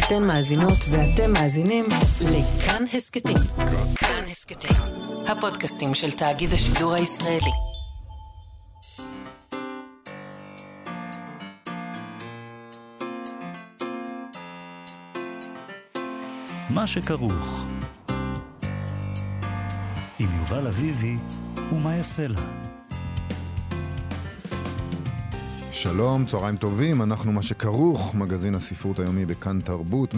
אתן מאזינות ואתם מאזינים לכאן הסקטים. כאן הסקטים, הפודקאסטים של תאגיד השידור הישראלי. מה שכרוך עם יובל אביבי ומה יעשה לה. שלום, צהריים טובים, אנחנו מה שכרוך, מגזין הספרות היומי בכאן תרבות, 104.9,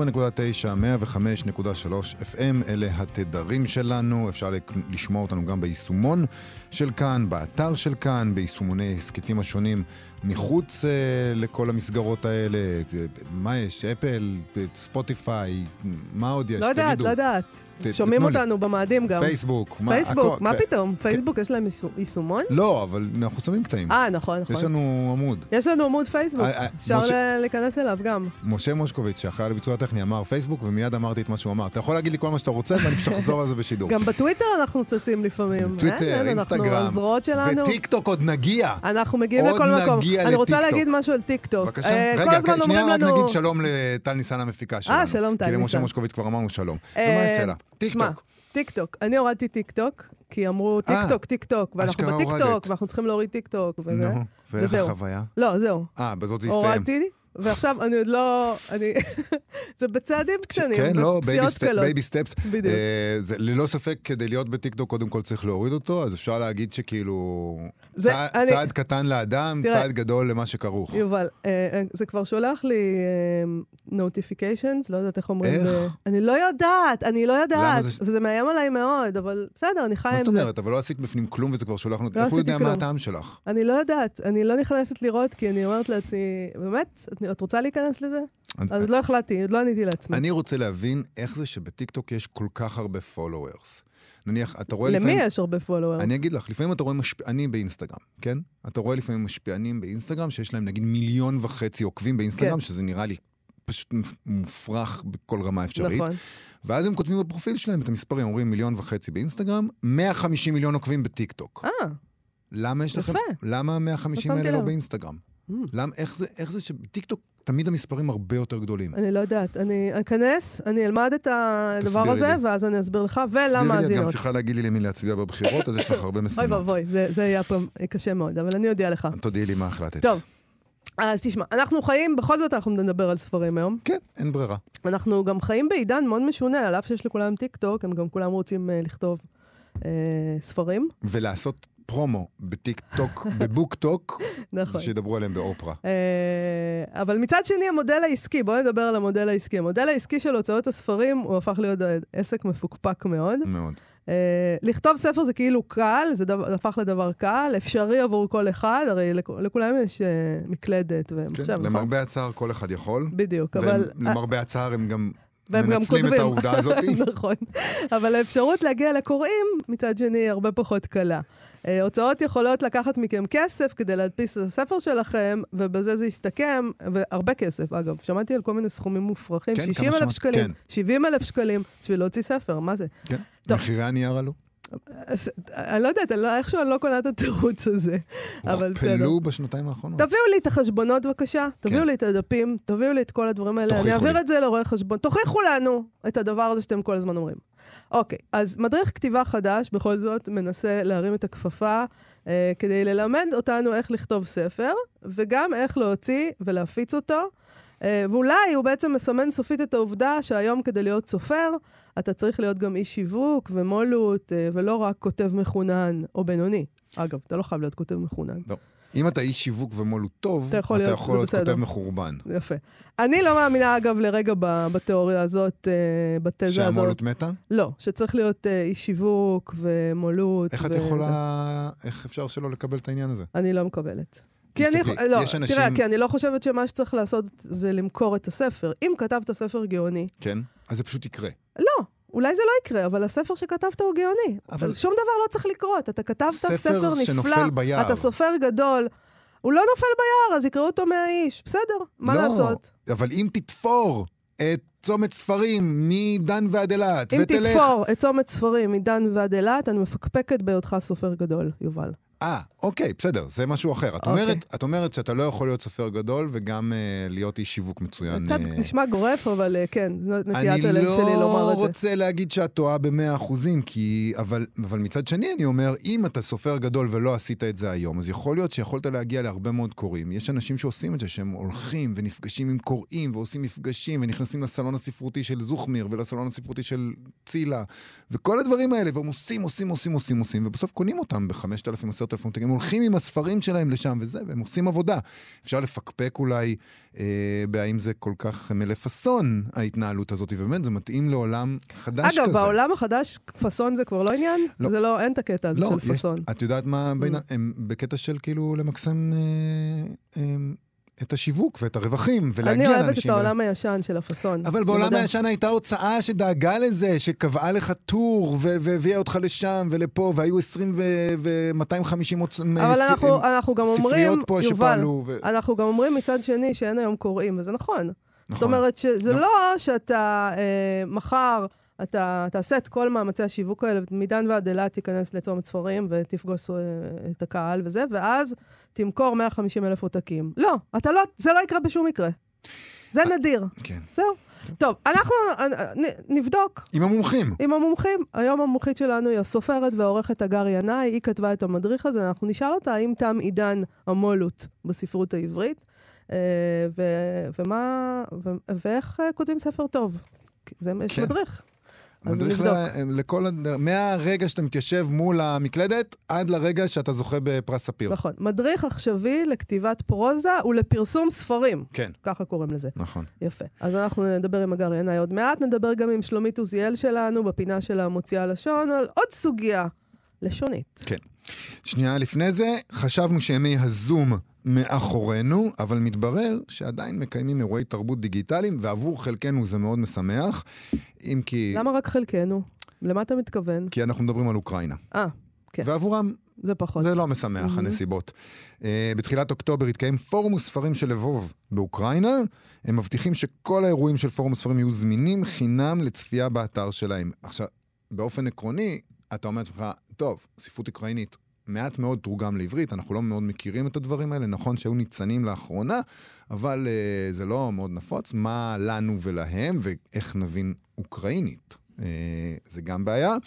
105.3 FM, אלה התדרים שלנו, אפשר לשמוע אותנו גם ביישומון של כאן, באתר של כאן, ביישומוני הסקטים השונים, מחוץ לכל המסגרות האלה, מה יש? אפל, ספוטיפיי, מה עוד יש? לא יודעת. שומעים אותנו במאדים גם. פייסבוק. פייסבוק, מה פתאום? פייסבוק יש להם יישומון? לא, אבל אנחנו שמים קטעים. נכון. יש לנו עמוד. יש לנו עמוד פייסבוק, אפשר להיכנס אליו גם. משה מושקוביץ, שאחראי על הביצוע הטכני, אמר פייסבוק, ומיד אמרתי את מה שהוא אמר. אתה יכול להגיד לי כל מה שאתה רוצה, ואני פשוט אחזור על זה בשידור. גם בטוויטר אנחנו צצים לפעמים. בטוויטר, אינסטגרם, וטיקטוק עוד נגיע. אנחנו מגיעים לכל מקום. אני רוצה להגיד משהו על טיקטוק. בבקשה. רגע, שנייה רק נגיד שלום לטל ניסן המפיקה שלנו. שלום טל ניסן. כי למשה מושקוביץ כבר אמרנו שלום. ומה יעשה לה? טיקטוק. אני הורדתי טיקטוק, כי אמרו טיקטוק, ואנחנו בטיקטוק, ואנחנו צריכים להוריד טיקטוק, וזה. ואיך החוויה? לא, זהו. בזאת זה הסתיים. הורדתי, ועכשיו אני עוד לא... זה בצעדים קטנים, כן, לא, בפסיעות קלות. בייבי סטפס. בדיוק. ללא ספק, כדי להיות בטיקטוק, קודם כל צריך להוריד אותו, אז אפשר להגיד שכאילו... צעד קטן לאדם, צעד גדול למה שכרוך. יובל, זה כבר שולח לי notifications, לא יודעת איך אומרים. איך? אני לא יודעת, וזה מאיים עליי מאוד, אבל בסדר, אני חיה עם זה. מה זאת אומרת? אבל לא עשית בפנים כלום וזה כבר שולח לנו... איך הוא יודע מה הטעם שלך? אני לא יודעת, אני לא נכנסת לראות, כי אני אומרת לעצמי, באמת, את רוצה להיכנס לזה? אז עוד לא החלטתי, עוד לא עניתי לעצמי. אני רוצה להבין איך זה שבטיקטוק יש כל כך הרבה followers. נניח, אתה רואה למי יש הרבה followers? אני אגיד לך, לפעמים אתה רואה משפיענים באינסטגרם, כן? אתה רואה לפעמים משפיענים באינסטגרם, שיש להם נגיד 1.5 מיליון עוקבים באינסטגרם, שזה נראה לי פשוט מופרך בכל רמה אפשרית. נכון. ואז הם כותבים בפרופיל שלהם את המספרים, אומרים 1.5 מיליון באינסטגרם, 150 מיליון עוקבים בטיקטוק. למה יש לכם? למה 150 האלה לא באינסטגרם? איך זה שבטיקטוק תמיד המספרים הרבה יותר גדולים? אני לא יודעת. אני אכנס, אני אלמד את הדבר הזה, ואז אני אסביר לך, ולמה הזינות. את גם צריכה להגיד לי למי להצביע בבחירות, אז יש לך הרבה משימות. אוי ואבוי, זה היה פעם קשה מאוד, אבל אני יודע לך. תודיעי לי מה החלטת. טוב, אז תשמע, אנחנו חיים, בכל זאת אנחנו נדבר על ספרים היום. כן, אין ברירה. אנחנו גם חיים בעידן מאוד משונה, על אף שיש לכולם טיקטוק, הם גם כולם רוצים לכתוב ספרים. ולעשות פרומו בטיקטוק, בבוקטוק, שידברו עליהם באופרה. אבל מצד שני, המודל העסקי, בואו נדבר על המודל העסקי. המודל העסקי של הוצאות הספרים, הוא הפך להיות עסק מפוקפק מאוד. מאוד. לכתוב ספר זה כאילו קל, זה הפך לדבר קל, אפשרי עבור כל אחד, הרי לכולם יש מקלדת ומחשב, נכון? למרבה הצער כל אחד יכול. בדיוק, אבל... למרבה הצער הם גם... מנצלים את העובדה הזאת. נכון. אבל האפשרות להגיע לקוראים, מצד שני, הרבה פחות קלה. הוצאות יכולות לקחת מכם כסף כדי להדפיס את הספר שלכם, ובזה זה יסתכם, והרבה כסף, אגב. שמעתי על כל מיני סכומים מופרכים, 60,000 שקלים, 70,000 שקלים, בשביל להוציא ספר, מה זה? כן, מחירי הנייר עלו. אני לא יודעת, איכשהו אני לא קונה את התירוץ הזה. הוכפלו בשנתיים האחרונות. תביאו לי את החשבונות בבקשה, תביאו לי את הדפים, תביאו לי את כל הדברים האלה, אני אעביר את זה לרואה חשבון. תוכיחו לנו את הדבר הזה שאתם כל הזמן אומרים. אוקיי, אז מדריך כתיבה חדש, בכל זאת, מנסה להרים את הכפפה, כדי ללמד אותנו איך לכתוב ספר, וגם איך להוציא ולהפיץ אותו, ואולי הוא בעצם מסמן סופית את העובדה שהיום כדי להיות סופר, אתה צריך להיות גם איש שיווק ומולות, ולא רק כותב מחונן או בינוני. אגב, אתה לא חייב להיות כותב מחונן. לא. אם אתה איש שיווק ומולות טוב, אתה יכול להיות כותב מחורבן. יפה. אני לא מאמינה, אגב, לרגע בתיאוריה הזאת, בתזה הזאת. שהמולות מתה? לא, שצריך להיות איש שיווק ומולות. איך את יכולה, איך אפשר שלא לקבל את העניין הזה? אני לא מקבלת. כי אני לא חושבת שמה שצריך לעשות זה למכור את הספר. אם כתבת ספר גאוני... כן, אז זה פשוט יקרה. לא, אולי זה לא יקרה, אבל הספר שכתבת הוא גאוני. אבל שום דבר לא צריך לקרות. אתה כתבת ספר נפלא, אתה סופר גדול. הוא לא נופל ביער, אז יקראו אותו 100 איש. בסדר, מה לעשות? אבל אם תתפור את צומת ספרים מדן ועד אילת, אם תתפור את צומת ספרים מדן ועד אילת, אני מפקפקת בהיותך סופר גדול, יובל. אוקיי, בסדר, זה משהו אחר. את אומרת שאתה לא יכול להיות סופר גדול וגם להיות איש שיווק מצוין. קצת נשמע גורף, אבל כן, נטיית הלב שלי לומר את זה. אני לא רוצה להגיד שאת טועה ב100%, אבל מצד שני אני אומר, אם אתה סופר גדול ולא עשית את זה היום, אז יכול להיות שיכולת להגיע להרבה מאוד קוראים. יש אנשים שעושים את זה, שהם הולכים ונפגשים עם קוראים, ועושים מפגשים, ונכנסים לסלון הספרותי של זוכמיר, ולסלון הספרותי של צילה, וכל הדברים האלה, והם עושים, ובסוף קונים אותם ב5,000, 10,000, הם הולכים עם הספרים שלהם לשם וזה, והם עושים עבודה. אפשר לפקפק אולי בהאם זה כל כך מלפסון ההתנהלות הזאת, ובאמת זה מתאים לעולם חדש כזה. אגב, בעולם החדש פסון זה כבר לא עניין? לא. זה לא, אין את הקטע הזה של פסון. את יודעת מה, הם בקטע של כאילו למקסם את השיווק ואת הרווחים, ולהגיע לאנשים. אני אוהבת את העולם הישן של הפסון. אבל בעולם הישן הייתה הוצאה שדאגה לזה, שקבעה לך טור, והביאה אותך לשם ולפה, והיו 20 ו-250 אנחנו גם אומרים, פה יובל, אנחנו גם אומרים מצד שני שאין היום קוראים, וזה נכון. זאת אומרת שזה לא שאתה מחר, אתה תעשה את כל מאמצי השיווק האלה, מדן ועד אילת תיכנס לצומת ספרים ותפגוש את הקהל וזה, ואז תמכור 150,000 עותקים. לא, זה לא יקרה בשום מקרה. זה נדיר. כן. זהו. טוב, אנחנו נבדוק. עם המומחים. עם המומחים. היום המומחית שלנו היא הסופרת והעורכת הגר ינאי, היא כתבה את המדריך הזה, אנחנו נשאל אותה האם תם עידן המולות בספרות העברית, ואיך כותבים ספר טוב. זה יש מדריך. מדריך מהרגע שאתה מתיישב מול המקלדת, עד לרגע שאתה זוכה בפרס ספיר. נכון. מדריך עכשווי לכתיבת פרוזה ולפרסום ספרים. כן. ככה קוראים לזה. נכון. יפה. אז אנחנו נדבר עם הגר ינאי עוד מעט, נדבר גם עם שלומית עוזיאל שלנו, בפינה של המוציאה לשון, על עוד סוגיה לשונית. כן. שנייה לפני זה, חשבנו שימי הזום מאחורינו, אבל מתברר שעדיין מקיימים אירועי תרבות דיגיטליים, ועבור חלקנו זה מאוד משמח, אם כי... למה רק חלקנו? למה אתה מתכוון? כי אנחנו מדברים על אוקראינה. כן. ועבורם... זה פחות. זה לא משמח, הנסיבות. בתחילת אוקטובר התקיים פורום הספרים של לבוב באוקראינה. הם מבטיחים שכל האירועים של פורום הספרים יהיו זמינים חינם לצפייה באתר שלהם. עכשיו, באופן עקרוני, אתה אומר לך, טוב, ספרות אוקראינית, מעט מאוד תורגם לעברית, אנחנו לא מאוד מכירים את הדברים האלה, נכון שהיו ניצנים לאחרונה, אבל זה לא מאוד נפוץ, מה לנו ולהם, ואיך נבין אוקראינית. זה גם בעיה.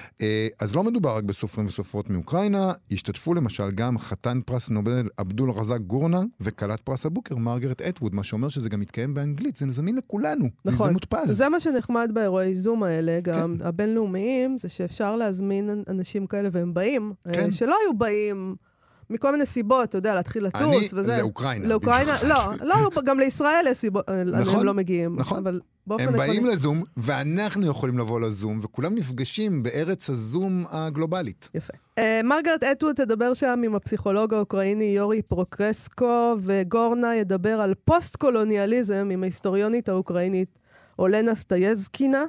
אז לא מדובר רק בסופרים וסופרות מאוקראינה, השתתפו למשל גם חתן פרס נובל עבדול רזק גורנה, וקלת פרס הבוקר מרגרט אטווד, מה שאומר שזה גם מתקיים באנגלית, זה זמין לכולנו, נכון. זה הזדמנות פז. זה מה שנחמד באירועי זום האלה, גם כן. הבינלאומיים, זה שאפשר להזמין אנשים כאלה והם באים, כן. שלא היו באים מכל מיני סיבות, אתה יודע, להתחיל לטוס וזה. אני לאוקראינה. לא, גם לישראל יש סיבות, הם לא מגיעים. נכון. אבל הם באים לזום, ואנחנו יכולים לבוא לזום, וכולם נפגשים בארץ הזום הגלובלית. יפה. מרגרט אטווד תדבר שם עם הפסיכולוג האוקראיני יורי פרוקרסקו, וגורנה ידבר על פוסט-קולוניאליזם עם ההיסטוריונית האוקראינית אולנה סטייזקינה,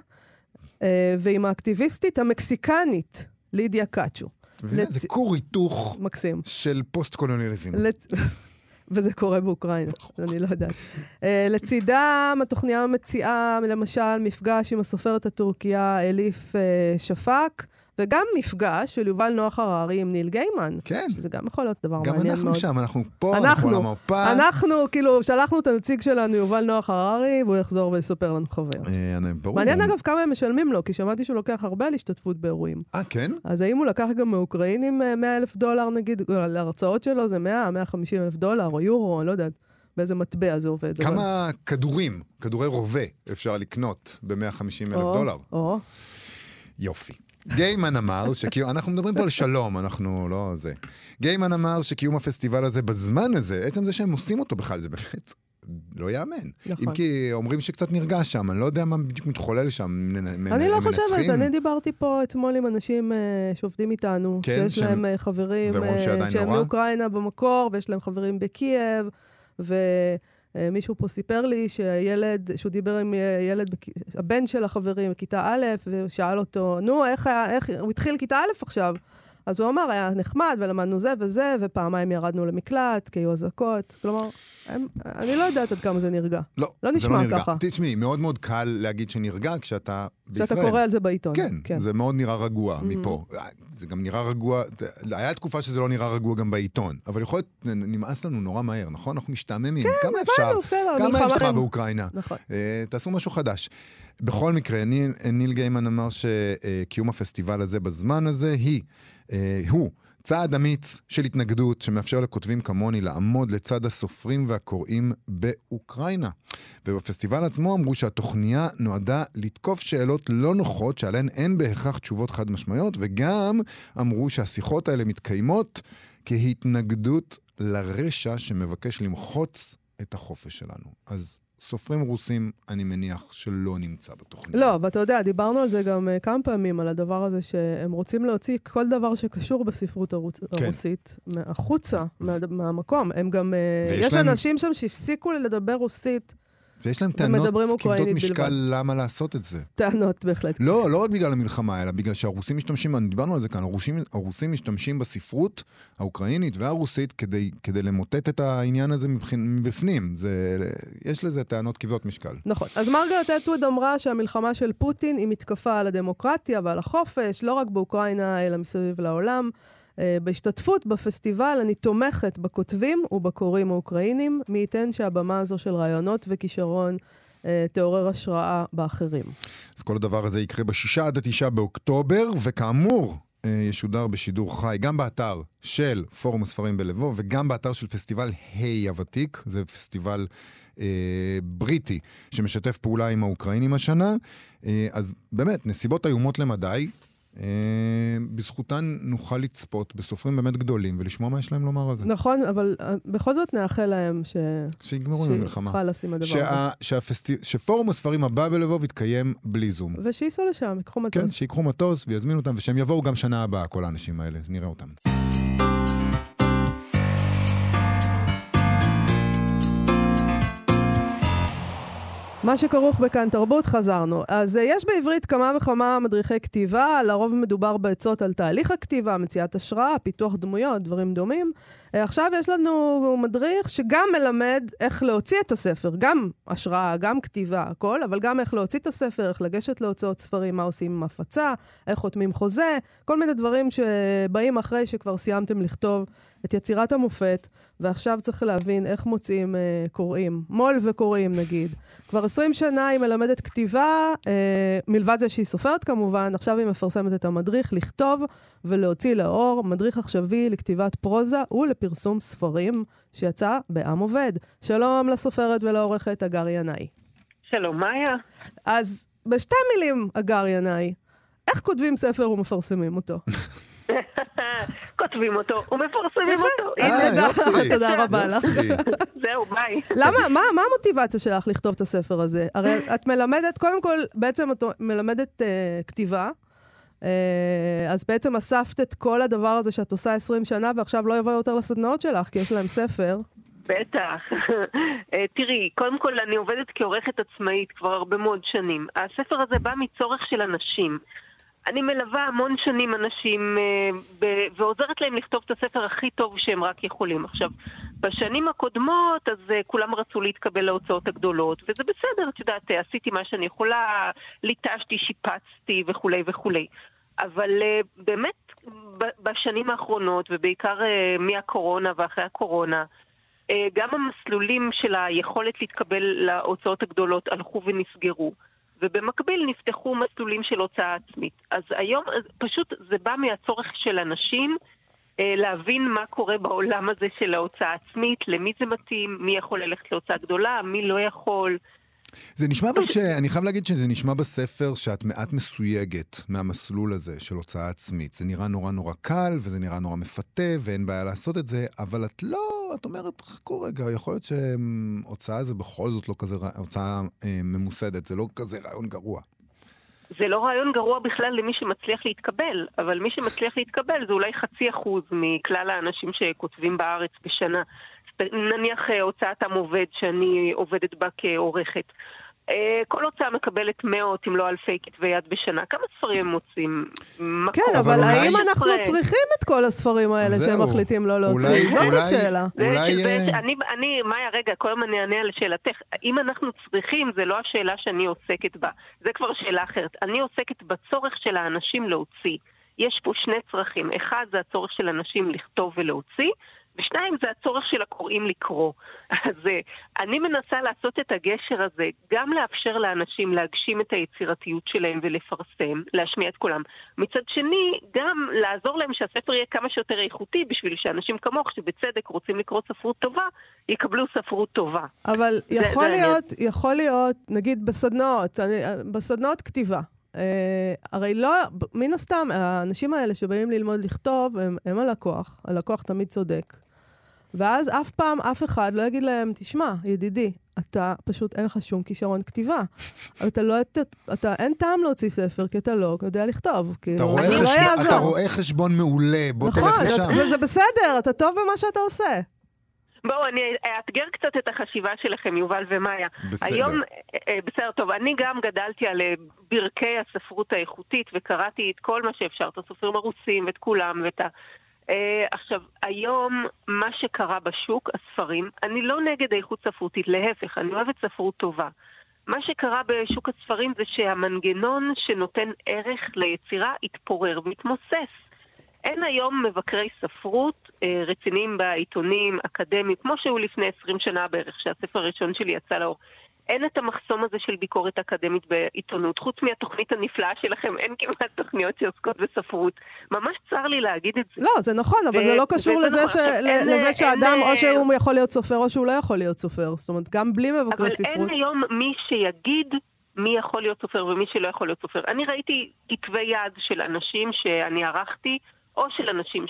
ועם האקטיביסטית המקסיקנית לידיה קאצ'ו. זה כור היתוך של פוסט-קולוניאליזם. וזה קורה באוקראינה, אני לא יודעת. לצידם, התוכניה מציעה, למשל, מפגש עם הסופרת הטורקיה אליף שפק, וגם מפגש של יובל נוח הררי עם ניל גיימן. כן. שזה גם יכול להיות דבר מעניין מאוד. גם אנחנו שם, אנחנו פה, אנחנו על המפה. אנחנו, כאילו, שלחנו את הנציג שלנו, יובל נוח הררי, והוא יחזור ויספר לנו חבר. מעניין אגב כמה הם משלמים לו, כי שמעתי שהוא לוקח הרבה על השתתפות באירועים. כן? אז האם הוא לקח גם מאוקראינים $100,000 נגיד, להרצאות שלו זה 100,000-150,000 דולר, או יורו, אני לא יודעת באיזה מטבע זה עובד. כמה כדורי רובה אפשר לקנות ב$150,000? יופי. גיימן אמר, אנחנו מדברים פה על שלום, אנחנו לא זה. גיימן אמר שקיום הפסטיבל הזה בזמן הזה, עצם זה שהם עושים אותו בכלל, זה באמת לא יאמן. נכון. אם כי אומרים שקצת נרגש שם, אני לא יודע מה בדיוק מתחולל שם. אני לא חושבת, אני דיברתי פה אתמול עם אנשים שעובדים איתנו, כן, שיש להם חברים שהם מאוקראינה במקור, ויש להם חברים בקייב, מישהו פה סיפר לי שהוא דיבר עם ילד, הבן של החברים בכיתה א', ושאל אותו, נו, איך הוא התחיל כיתה א' עכשיו? אז הוא אמר, היה נחמד, ולמדנו זה וזה, ופעמיים ירדנו למקלט, כי היו הזקות. כלומר, אני לא יודעת עד כמה זה נרגע. לא נשמע ככה. תשמעי, מאוד מאוד קל להגיד שנרגע כשאתה בישראל. כשאתה קורא על זה בעיתון. כן, זה מאוד נראה רגוע מפה. זה גם נראה רגוע, היה תקופה שזה לא נראה רגוע גם בעיתון, אבל יכול להיות, נמאס לנו נורא מהר, נכון? אנחנו משתעממים. כמה אפשר? כמה אפשר באוקראינה? תעשו משהו חדש. בכל מקרה, ניל גיימן אמר שקיום הפסטיבל הזה בזמן הזה הוא צעד אמיץ של התנגדות שמאפשר לכותבים כמוני לעמוד לצד הסופרים והקוראים באוקראינה. ובפסטיבל עצמו אמרו שהתוכניה נועדה לתקוף שאלות לא נוחות שעליהן אין בהכרח תשובות חד משמעיות, וגם אמרו שהשיחות האלה מתקיימות כהתנגדות לרשע שמבקש למחוץ את החופש שלנו. אז סופרים רוסים, אני מניח שלא נמצא בתוכנית. לא, ואתה יודע, דיברנו על זה גם כמה פעמים, על הדבר הזה שהם רוצים להוציא כל דבר שקשור בספרות הרוסית, החוצה, מהמקום. הם גם, יש אנשים שם שהפסיקו לדבר רוסית, ויש להם טענות כבדות משקל למה לעשות את זה. טענות בהחלט. לא רק בגלל המלחמה, אלא בגלל שהרוסים משתמשים, דיברנו על זה כאן, הרוסים משתמשים בספרות האוקראינית והרוסית כדי למוטט את העניין הזה מבפנים. יש לזה טענות כבדות משקל. נכון. אז מרגרט אטווד אמרה שהמלחמה של פוטין היא מתקפה על הדמוקרטיה ועל החופש, לא רק באוקראינה, אלא מסביב לעולם. בהשתתפות בפסטיבל אני תומכת בכותבים ובקוראים האוקראינים, מי ייתן שהבמה הזו של רעיונות וכישרון תעורר השראה באחרים. אז כל הדבר הזה יקרה ב6 עד 9 באוקטובר, וכאמור ישודר בשידור חי, גם באתר של פורום הספרים בלבוב, וגם באתר של פסטיבל היי הוותיק, זה פסטיבל בריטי שמשתף פעולה עם האוקראינים השנה. אז באמת, נסיבות איומות למדי, בזכותן נוכל לצפות בסופרים באמת גדולים ולשמוע מה יש להם לומר על זה. נכון, אבל בכל זאת נאחל להם שיגמרו עם המלחמה. חלאס עם הדבר הזה. שפורום הספרים הבא בלבוב יתקיים בלי זום. ושיסעו לשם, יקחו מטוס. כן, שיקחו מטוס ויזמינו אותם, ושהם יבואו גם שנה הבאה, כל האנשים האלה, נראה אותם. מה שכרוך בכאן תרבות, חזרנו. אז יש בעברית כמה וכמה מדריכי כתיבה, לרוב מדובר בעצות על תהליך הכתיבה, מציאת השראה, פיתוח דמויות, דברים דומים. עכשיו יש לנו מדריך שגם מלמד איך להוציא את הספר, גם השראה, גם כתיבה, הכל, אבל גם איך להוציא את הספר, איך לגשת להוצאות ספרים, מה עושים עם הפצה, איך חותמים חוזה, כל מיני דברים שבאים אחרי שכבר סיימתם לכתוב את יצירת המופת, ועכשיו צריך להבין איך מוצאים קוראים, מול וקוראים נגיד. כבר 20 שנה היא מלמדת כתיבה, מלבד זה שהיא סופרת כמובן, עכשיו היא מפרסמת את המדריך לכתוב ולהוציא לאור, מדריך עכשווי לכתיבת פרוזה ולפרסום ספרים שיצא בעם עובד. שלום לסופרת ולעורכת אגר ינאי. שלום, מאיה. אז בשתי מילים, אגר ינאי, איך כותבים ספר ומפרסמים אותו? כותבים אותו ומפרסמים אותו. תודה רבה לך. זהו, ביי. מה המוטיבציה שלך לכתוב את הספר הזה? הרי את מלמדת, קודם כל, בעצם את מלמדת כתיבה, אז בעצם אספת את כל הדבר הזה שאת עושה 20 שנה, ועכשיו לא יבוא יותר לסדנאות שלך, כי יש להם ספר. בטח. תראי, קודם כל אני עובדת כעורכת עצמאית כבר הרבה מאוד שנים. הספר הזה בא מצורך של אנשים. אני מלווה המון שנים אנשים ועוזרת להם לכתוב את הספר הכי טוב שהם רק יכולים. עכשיו, בשנים הקודמות, אז כולם רצו להתקבל להוצאות הגדולות, וזה בסדר, את יודעת, עשיתי מה שאני יכולה, ליטשתי, שיפצתי וכו' וכו'. אבל באמת, בשנים האחרונות, ובעיקר מהקורונה ואחרי הקורונה, גם המסלולים של היכולת להתקבל להוצאות הגדולות הלכו ונסגרו. ובמקביל נפתחו מסלולים של הוצאה עצמית. אז היום פשוט זה בא מהצורך של אנשים להבין מה קורה בעולם הזה של ההוצאה עצמית, למי זה מתאים, מי יכול ללכת להוצאה גדולה, מי לא יכול. זה נשמע, אבל אני חייב להגיד שזה נשמע בספר שאת מעט מסויגת מהמסלול הזה של הוצאה עצמית. זה נראה נורא נורא קל, וזה נראה נורא מפתה, ואין בעיה לעשות את זה, אבל את לא, את אומרת, חכו רגע, יכול להיות שהוצאה זה בכל זאת לא כזה, הוצאה ממוסדת, זה לא כזה רעיון גרוע. זה לא רעיון גרוע בכלל למי שמצליח להתקבל, אבל מי שמצליח להתקבל זה אולי 0.5% מכלל האנשים שכותבים בארץ בשנה. נניח הוצאת עם עובד שאני עובדת בה כעורכת. כל הוצאה מקבלת מאות אם לא אלפי כתבי יד בשנה. כמה ספרים הם מוצאים? כן, אבל האם אנחנו צריכים את כל הספרים האלה שהם מחליטים לא להוציא? זאת השאלה. מאיה, רגע, כל הזמן אני אענה על שאלתך. אם אנחנו צריכים, זה לא השאלה שאני עוסקת בה. זה כבר שאלה אחרת. אני עוסקת בצורך של האנשים להוציא. יש פה שני צרכים. אחד זה הצורך של אנשים לכתוב ולהוציא, ושניים זה הצורך של הקוראים לקרוא. אז אני מנסה לעשות את הגשר הזה, גם לאפשר לאנשים להגשים את היצירתיות שלהם ולפרסם, להשמיע את קולם. מצד שני, גם לעזור להם שהספר יהיה כמה שיותר איכותי, בשביל שאנשים כמוך שבצדק רוצים לקרוא ספרות טובה, יקבלו ספרות טובה. אבל יכול להיות, נגיד בסדנאות כתיבה. הרי לא, מן הסתם, האנשים האלה שבאים ללמוד לכתוב, הם הלקוח תמיד צודק. ואז אף פעם, אף אחד לא יגיד להם, תשמע, ידידי, אתה פשוט אין לך שום כישרון כתיבה. אין טעם להוציא ספר, כי אתה לא יודע לכתוב. אתה רואה חשבון מעולה, בוא תלך לשם. נכון, וזה בסדר, אתה טוב במה שאתה עושה. בואו, אני אאתגר קצת את החשיבה שלכם, יובל ומאיה. בסדר. היום, בסדר, טוב, אני גם גדלתי על ברכי הספרות האיכותית, וקראתי את כל מה שאפשר, את הסופרים הרוסים ואת כולם, עכשיו, היום מה שקרה בשוק, הספרים, אני לא נגד איכות ספרותית, להפך, אני אוהבת ספרות טובה. מה שקרה בשוק הספרים זה שהמנגנון שנותן ערך ליצירה התפורר והתמוסס. אין היום מבקרי ספרות רציניים בעיתונים, אקדמיים, כמו שהוא לפני 20 שנה בערך, שהספר הראשון שלי יצא לאור. אין את המחסום הזה של ביקורת אקדמית בעיתונות. חוץ מהתוכנית הנפלאה שלכם, אין כמעט תוכניות שעוסקות בספרות. ממש צר לי להגיד את זה. לא, זה נכון, אבל זה לא קשור לזה שהאדם או שהוא יכול להיות סופר או שהוא לא יכול להיות סופר. זאת אומרת, גם בלי מבקרי ספרות. אבל אין היום מי שיגיד מי יכול להיות סופר ומי שלא יכול להיות סופר. אני ראיתי כתבי יד של אנשים שאני ערכתי, או של אנשים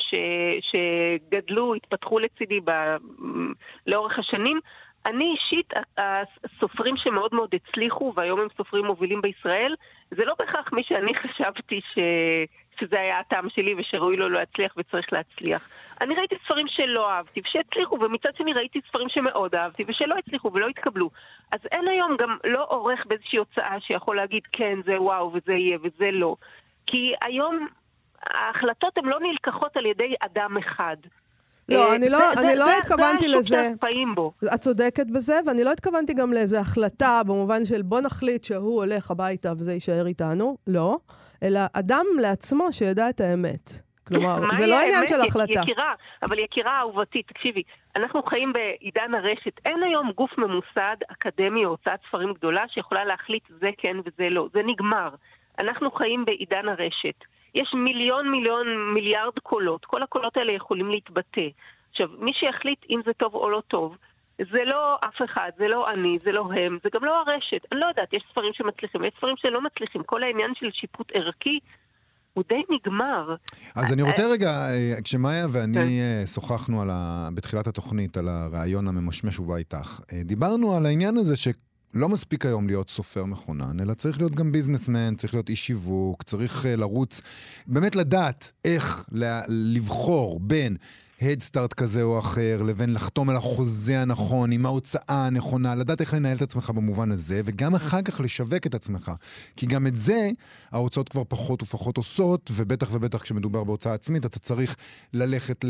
שגדלו, התפתחו לצידי לאורך השנים. אני אישית, הסופרים שמאוד מאוד הצליחו, והיום הם סופרים מובילים בישראל, זה לא בהכרח מי שאני חשבתי שזה היה הטעם שלי ושראוי לו לא להצליח וצריך להצליח. אני ראיתי ספרים שלא אהבתי ושהצליחו, ומצד שני ראיתי ספרים שמאוד אהבתי ושלא הצליחו ולא התקבלו. אז אין היום גם לא עורך באיזושהי הוצאה שיכול להגיד כן, זה וואו וזה יהיה וזה לא. כי היום ההחלטות הן לא נלקחות על ידי אדם אחד. לא, אני לא התכוונתי לזה. את צודקת בזה, ואני לא התכוונתי גם לאיזו החלטה, במובן של בוא נחליט שהוא הולך הביתה וזה יישאר איתנו, לא. אלא אדם לעצמו שידע את האמת. כלומר, זה לא העניין של החלטה. אבל יקירה אהובתי, תקשיבי, אנחנו חיים בעידן הרשת. אין היום גוף ממוסד, אקדמי או הוצאת ספרים גדולה, שיכולה להחליט זה כן וזה לא. זה נגמר. אנחנו חיים בעידן הרשת. יש מיליארד קולות. כל הקולות האלה יכולים להתבטא. עכשיו, מי שיחליט אם זה טוב או לא טוב, זה לא אף אחד, זה לא אני, זה לא הם, זה גם לא הרשת. אני לא יודעת, יש ספרים שמצליחים, יש ספרים שלא מצליחים. כל העניין של שיפוט ערכי הוא די נגמר. אז אני רוצה רגע, כשמאיה ואני שוחחנו בתחילת התוכנית על הרעיון הממשמש ובא איתך, דיברנו על העניין הזה לא מספיק היום להיות סופר מכונן, אלא צריך להיות גם ביזנסמן, צריך להיות איש שיווק, צריך לרוץ, באמת לדעת איך לבחור בין הדסטארט כזה או אחר, לבין לחתום על החוזה הנכון, עם ההוצאה הנכונה, לדעת איך לנהל את עצמך במובן הזה, וגם אחר כך לשווק את עצמך. כי גם את זה, ההוצאות כבר פחות ופחות עושות, ובטח ובטח כשמדובר בהוצאה עצמית, אתה צריך ללכת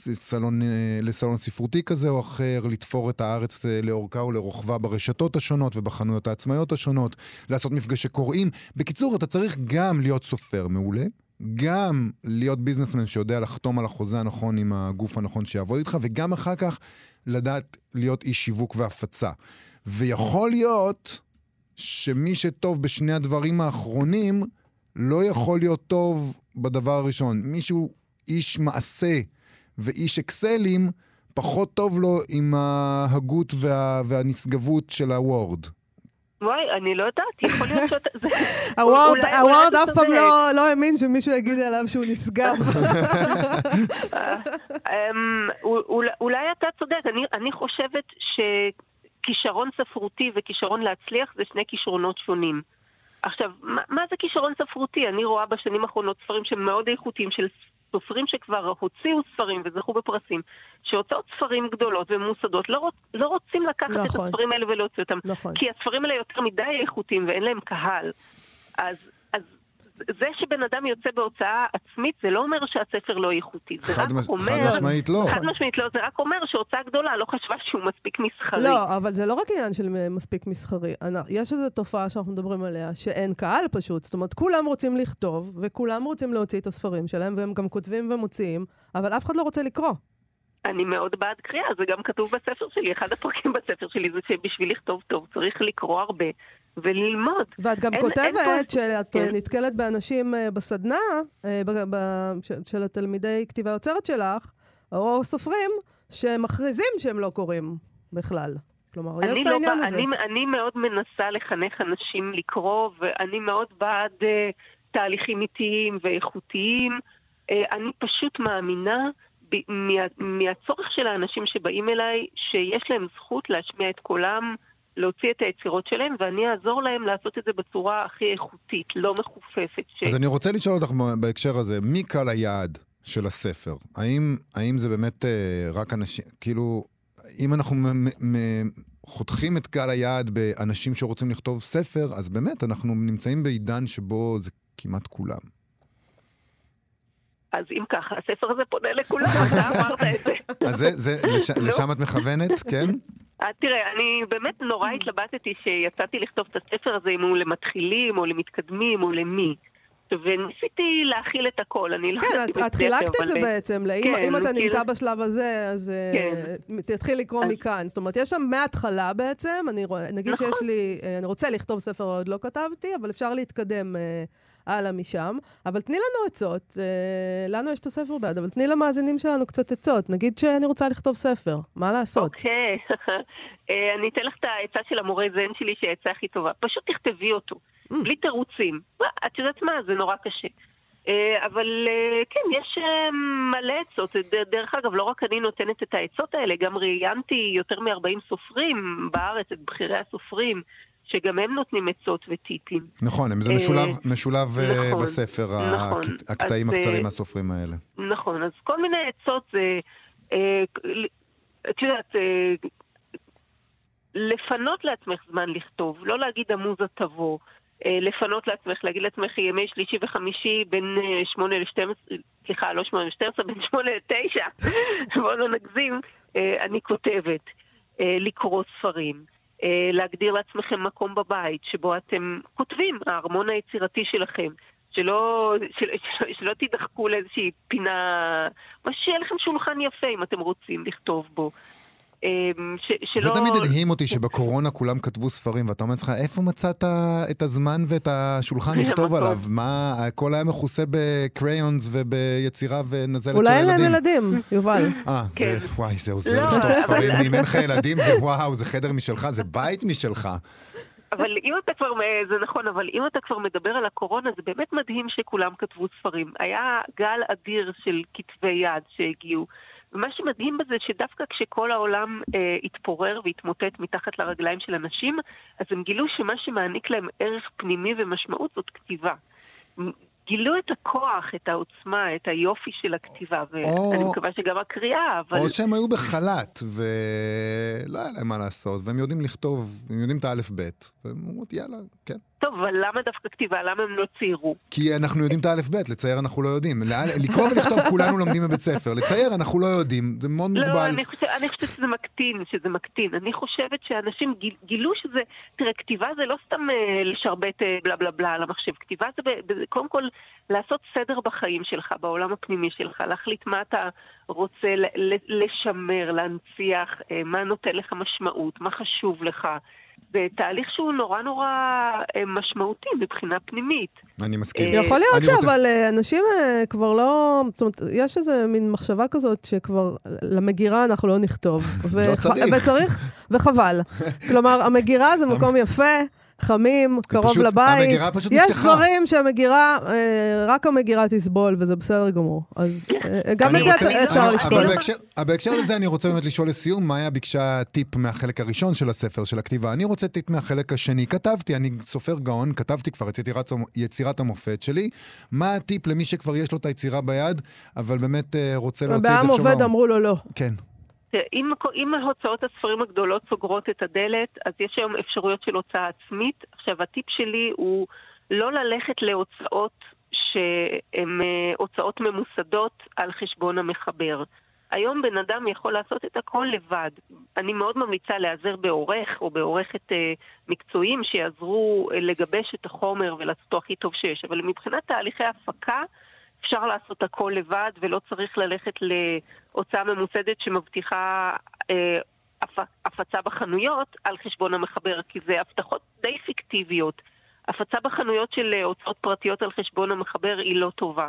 לסלון ספרותי כזה או אחר, לתפור את הארץ לאורכה ולרוחבה ברשתות השונות ובחנויות העצמאיות השונות, לעשות מפגשי קוראים. בקיצור, אתה צריך גם להיות סופר מעולה, גם להיות ביזנסמן שיודע לחתום על החוזה הנכון עם הגוף הנכון שיעבוד איתך, וגם אחר כך לדעת להיות איש שיווק והפצה. ויכול להיות שמי שטוב בשני הדברים האחרונים, לא יכול להיות טוב בדבר הראשון. מישהו איש מעשה ואיש אקסלים, פחות טוב לו עם ההגות והנסגבות של הוורד. וואי, אני לא יודעת, יכול להיות שאתה... הוורד אף פעם לא האמין שמישהו יגיד עליו שהוא נסגב. אולי אתה צודק, אני חושבת שכישרון ספרותי וכישרון להצליח זה שני כישרונות שונים. עכשיו, מה זה כישרון ספרותי? אני רואה בשנים האחרונות ספרים שהם מאוד איכותיים של סופרים שכבר הוציאו ספרים וזכו בפרסים, שהוצאות ספרים גדולות ומוסדות לא רוצים לקחת את הספרים האלה ולהוציא אותם. כי הספרים האלה יותר מדי איכותיים ואין להם קהל. אז זה שבן אדם יוצא בהוצאה עצמית, זה לא אומר שהספר לא איכותי. חד משמעית לא. חד משמעית לא, זה רק אומר שהוצאה גדולה לא חשבה שהוא מספיק מסחרי. לא, אבל זה לא רק עניין של מספיק מסחרי. יש איזו תופעה שאנחנו מדברים עליה, שאין קהל פשוט. זאת אומרת, כולם רוצים לכתוב, וכולם רוצים להוציא את הספרים שלהם, והם גם כותבים ומוציאים, אבל אף אחד לא רוצה לקרוא. אני מאוד בעד קריאה, זה גם כתוב בספר שלי. אחד הפרקים בספר שלי זה שבשביל לכתוב טוב צריך לקרוא הרבה וללמוד. ואת גם כותבת שאת נתקלת באנשים בסדנה של התלמידי כתיבה יוצרת שלך, או סופרים שמכריזים שהם לא קוראים בכלל. כלומר, יש את העניין הזה. אני מאוד מנסה לחנך אנשים לקרוא, ואני מאוד בעד תהליכים איטיים ואיכותיים. אני פשוט מאמינה מהצורך של האנשים שבאים אליי, שיש להם זכות להשמיע את קולם, להוציא את היצירות שלהם, ואני אעזור להם לעשות את זה בצורה הכי איכותית, לא מחופפת. אז אני רוצה לשאול אותך בהקשר הזה, מי קהל היעד של הספר? האם זה באמת רק אנשים, כאילו, אם אנחנו חותכים את קהל היעד באנשים שרוצים לכתוב ספר, אז באמת אנחנו נמצאים בעידן שבו זה כמעט כולם. אז אם ככה, הספר הזה פונה לכולם, אתה אמרת את זה. אז לשם את מכוונת, כן? תראה, אני באמת נורא התלבטתי שיצאתי לכתוב את הספר הזה, אם הוא למתחילים, או למתקדמים, או למי. וניסיתי להכיל את הכל. כן, את חילקת את זה בעצם. אם אתה נמצא בשלב הזה, אז תתחיל לקרוא מכאן. זאת אומרת, יש שם מההתחלה בעצם, נגיד שיש לי, אני רוצה לכתוב ספר, עוד לא כתבתי, אבל אפשר להתקדם הלאה משם. אבל תני לנו עצות, לנו יש את הספר בעד, אבל תני למאזינים שלנו קצת עצות. נגיד שאני רוצה לכתוב ספר, מה לעשות? אוקיי, אני אתן לך את העצה של המורה זן שלי, שהעצה הכי טובה. פשוט תכתבי אותו, בלי תירוצים. את יודעת מה? זה נורא קשה. אבל כן, יש מלא עצות. דרך אגב, לא רק אני נותנת את העצות האלה, גם ראיינתי יותר מ-40 סופרים בארץ, את בחירי הסופרים, שגם הם נותנים עצות וטיפים. נכון, זה משולב בספר, הקטעים הקצרים מהסופרים האלה. נכון, אז כל מיני עצות זה, את יודעת, לפנות לעצמך זמן לכתוב, לא להגיד המוזה תבוא, לפנות לעצמך, להגיד לעצמך ימי שלישי וחמישי בין 8 ל-12, סליחה, לא 8 ל-12, בין 8 ל-9, בואו לא נגזים, אני כותבת, לקרוא ספרים, להגדיר לעצמכם מקום בבית שבו אתם כותבים, הארמון היצירתי שלכם, שלא תדחקו לאיזושהי פינה, מה שיהיה לכם שולחן יפה אם אתם רוצים לכתוב בו. זה תמיד הדהים אותי שבקורונה כולם כתבו ספרים, ואתה אומר לך, איפה מצאת את הזמן ואת השולחן לכתוב עליו? מה, הכל היה מכוסה בקריונס וביצירה ונזלת של ילדים. אולי אין להם ילדים, יובל. וואי, זה עוזר לכתוב ספרים. אם אין לך ילדים, זה וואו, זה חדר משלך, זה בית משלך. אבל אם אתה כבר, זה נכון, אבל אם אתה כבר מדבר על הקורונה, זה באמת מדהים שכולם כתבו ספרים. היה גל אדיר של כתבי יד שהגיעו. ומה שמדהים בזה שדווקא כשכל העולם התפורר והתמוטט מתחת לרגליים של אנשים, אז הם גילו שמה שמעניק להם ערך פנימי ומשמעות זאת כתיבה. גילו את הכוח, את העוצמה, את היופי של הכתיבה, ואני מקווה שגם הקריאה, אבל... או שהם היו בחלט, ולא היה להם מה לעשות, והם יודעים לכתוב, הם יודעים את האלף-בית, והם אומרות, יאללה, כן. טוב, אבל למה דווקא כתיבה? למה הם לא ציירו? כי אנחנו יודעים את האלף-בית, לצייר אנחנו לא יודעים. לקרוא ולכתוב כולנו לומדים בבית ספר, לצייר אנחנו לא יודעים, זה מאוד מוגבל. לא, אני חושבת שזה מקטין, אני חושבת שאנשים גילו שזה, תראה, כתיבה זה לא סתם לשרבט בלה בלה בלה על המחשב, כתיבה זה קודם כל לעשות סדר בחיים שלך, בעולם הפנימי שלך, להחליט מה אתה רוצה לשמר, להנציח, מה נותן לך משמעות, מה חשוב לך. זה תהליך שהוא נורא נורא משמעותי מבחינה פנימית. אני מסכים. יכול להיות אבל אנשים כבר לא... זאת אומרת, יש איזה מין מחשבה כזאת שכבר למגירה אנחנו לא נכתוב. לא צריך. וצריך, וחבל. כלומר, המגירה זה מקום יפה, חמים, קרוב לבית. המגירה פשוט יש נפתחה. דברים שהמגירה, רק המגירה תסבול, וזה בסדר גמור. אז גם את זה אפשר לשקול. בהקשר לזה אני רוצה באמת לשאול לסיום, מאיה ביקשה טיפ מהחלק הראשון של הספר, של הכתיבה. אני רוצה טיפ מהחלק השני. כתבתי, אני סופר גאון, כתבתי כבר את יצירת המופת שלי. מה הטיפ למי שכבר יש לו את היצירה ביד, אבל באמת רוצה להוציא את זה בעם עובד אמרו לו לא. כן. אם הוצאות הספרים הגדולות סוגרות את הדלת, אז יש היום אפשרויות של הוצאה עצמית. עכשיו, הטיפ שלי הוא לא ללכת להוצאות שהן הוצאות ממוסדות על חשבון המחבר. היום בן אדם יכול לעשות את הכל לבד. אני מאוד ממליצה להיעזר בעורך או בעורכת מקצועיים שיעזרו לגבש את החומר ולעשותו הכי טוב שיש. אבל מבחינת תהליכי הפקה, אפשר לעשות הכל לבד, ולא צריך ללכת להוצאה ממוסדת שמבטיחה הפצה בחנויות על חשבון המחבר, כי זה הבטחות די פיקטיביות. הפצה בחנויות של הוצאות פרטיות על חשבון המחבר היא לא טובה.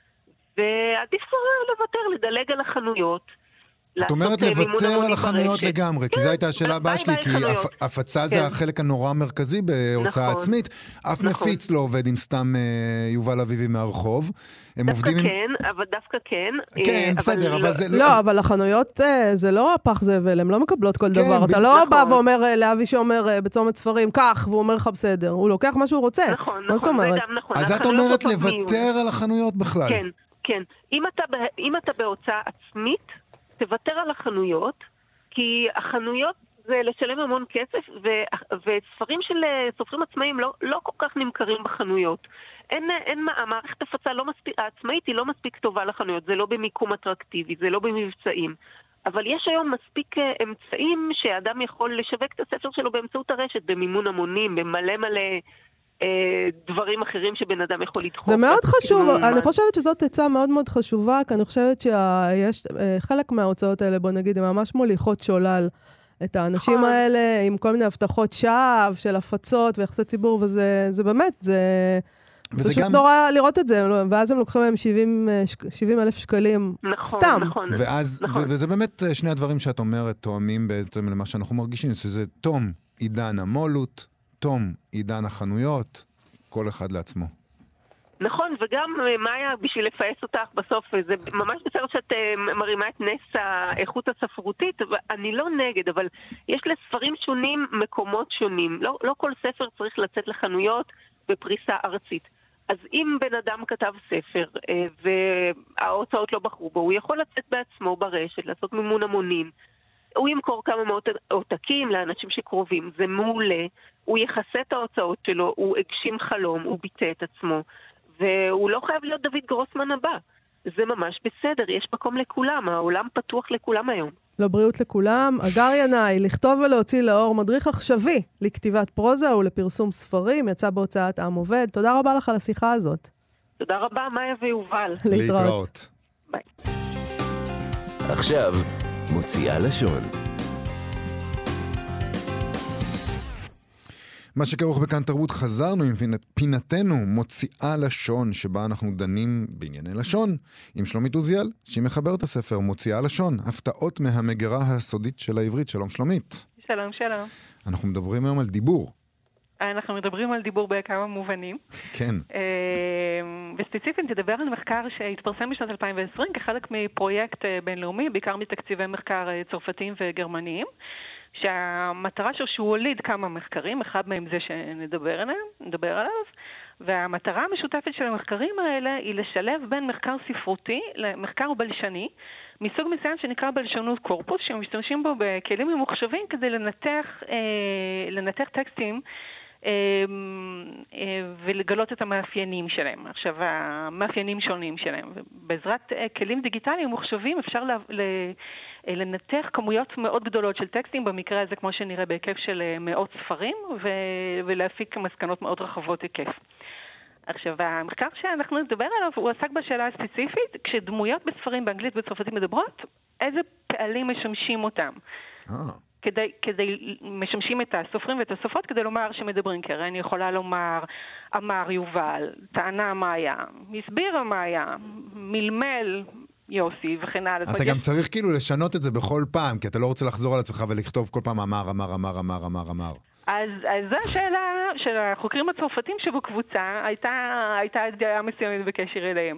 ועדיף לוותר, לדלג על החנויות. את אומרת לוותר על החנויות לגמרי, כי זו הייתה השאלה הבאה שלי, כי הפצה זה החלק הנורא המרכזי בהוצאה עצמית. אף מפיץ לא עובד עם סתם יובל אביבי מהרחוב. דווקא כן, אבל דווקא כן. כן, בסדר, אבל זה... לא, אבל החנויות זה לא הפח זבל, הן לא מקבלות כל דבר. אתה לא בא ואומר לאבי שאומר בצומת ספרים, כך, והוא אומר לך בסדר. הוא לוקח מה שהוא רוצה. נכון, נכון, זה גם נכון. אז את אומרת לוותר על החנויות בכלל. כן, כן. אם אתה בהוצאה עצמית, תוותר על החנויות, כי החנויות זה לשלם המון כסף, וספרים של סופרים עצמאיים לא כל כך נמכרים בחנויות. המערכת הפצה העצמאית היא לא מספיק טובה לחנויות, זה לא במיקום אטרקטיבי, זה לא במבצעים. אבל יש היום מספיק אמצעים שאדם יכול לשווק את הספר שלו באמצעות הרשת, במימון המונים, במלא דברים אחרים שבן אדם יכול לדחוף. זה מאוד חשוב, אני חושבת שזאת עצה מאוד מאוד חשובה, כי אני חושבת שיש חלק מההוצאות האלה, בוא נגיד, הן ממש מוליכות שולל את האנשים האלה, עם כל מיני הבטחות שווא של הפצות ויחסי ציבור, וזה באמת, זה פשוט נורא לראות את זה, ואז הם לוקחים להם 70,000 שקלים סתם. וזה באמת שני הדברים שאת אומרת, תואמים בעצם למה שאנחנו מרגישים, שזה תום עידן המולות, תום עידן החנויות, כל אחד לעצמו. נכון, וגם מאיה, בשביל לפייס אותך בסוף, זה ממש בסדר שאת מרימה את נס האיכות הספרותית, אני לא נגד, אבל יש לספרים שונים מקומות שונים. לא כל ספר צריך לצאת לחנויות בפריסה ארצית. אז אם בן אדם כתב ספר וההוצאות לא בחרו בו, הוא יכול לצאת בעצמו ברשת, לעשות מימון המונים, הוא ימכור כמה מאות עותקים לאנשים שקרובים, זה מעולה, הוא יחסה את ההוצאות שלו, הוא הגשים חלום, הוא ביטא את עצמו, והוא לא חייב להיות דוד גרוסמן הבא. זה ממש בסדר, יש מקום לכולם, העולם פתוח לכולם היום. לבריאות לכולם, אגר ינאי, לכתוב ולהוציא לאור מדריך עכשווי לכתיבת פרוזה ולפרסום ספרים, יצא בהוצאת עם עובד. תודה רבה לך על השיחה הזאת. תודה רבה, מאיה ויובל. להתראות. ביי. עכשיו, מוציאה לשון. מה שכרוך בכאן תרבות, חזרנו עם פינתנו מוציאה לשון, שבה אנחנו דנים בענייני לשון, עם שלומית עוזיאל, שהיא מחברת את הספר מוציאה לשון, הפתעות מהמגירה הסודית של העברית. שלום שלומית. שלום, שלום. אנחנו מדברים היום על דיבור. אנחנו מדברים על דיבור בכמה מובנים. כן. וספציפית תדבר על מחקר שהתפרסם בשנת 2020 כחלק מפרויקט בינלאומי, בעיקר מתקציבי מחקר צרפתיים וגרמניים, שהמטרה שלו שהוא הוליד כמה מחקרים, אחד מהם זה שנדבר עליו, והמטרה המשותפת של המחקרים האלה היא לשלב בין מחקר ספרותי למחקר בלשני, מסוג מסוים שנקרא בלשנות קורפוס, שמשתמשים בו בכלים ממוחשבים כדי לנתח טקסטים ולגלות את המאפיינים שלהם. עכשיו, המאפיינים שונים שלהם. בעזרת כלים דיגיטליים מוחשבים אפשר לנתח כמויות מאוד גדולות של טקסטים, במקרה הזה כמו שנראה בהיקף של מאות ספרים, ולהפיק מסקנות מאוד רחבות היקף. עכשיו, המחקר שאנחנו נדבר עליו, הוא עסק בשאלה הספציפית, כשדמויות בספרים באנגלית ובצרפתית מדברות, איזה פעלים משמשים אותם. משמשים את הסופרים ואת הסופרות כדי לומר שמדברים, כי הרי אני יכולה לומר, אמר יובל, טענה מאיה, הסבירה מאיה, מלמל יוסי וכן הלאה. אתה גם צריך כאילו לשנות את זה בכל פעם, כי אתה לא רוצה לחזור על עצמך ולכתוב כל פעם אמר. אז זו השאלה של החוקרים הצרפתים שבקבוצה הייתה דעה מסוימת בקשר אליהם.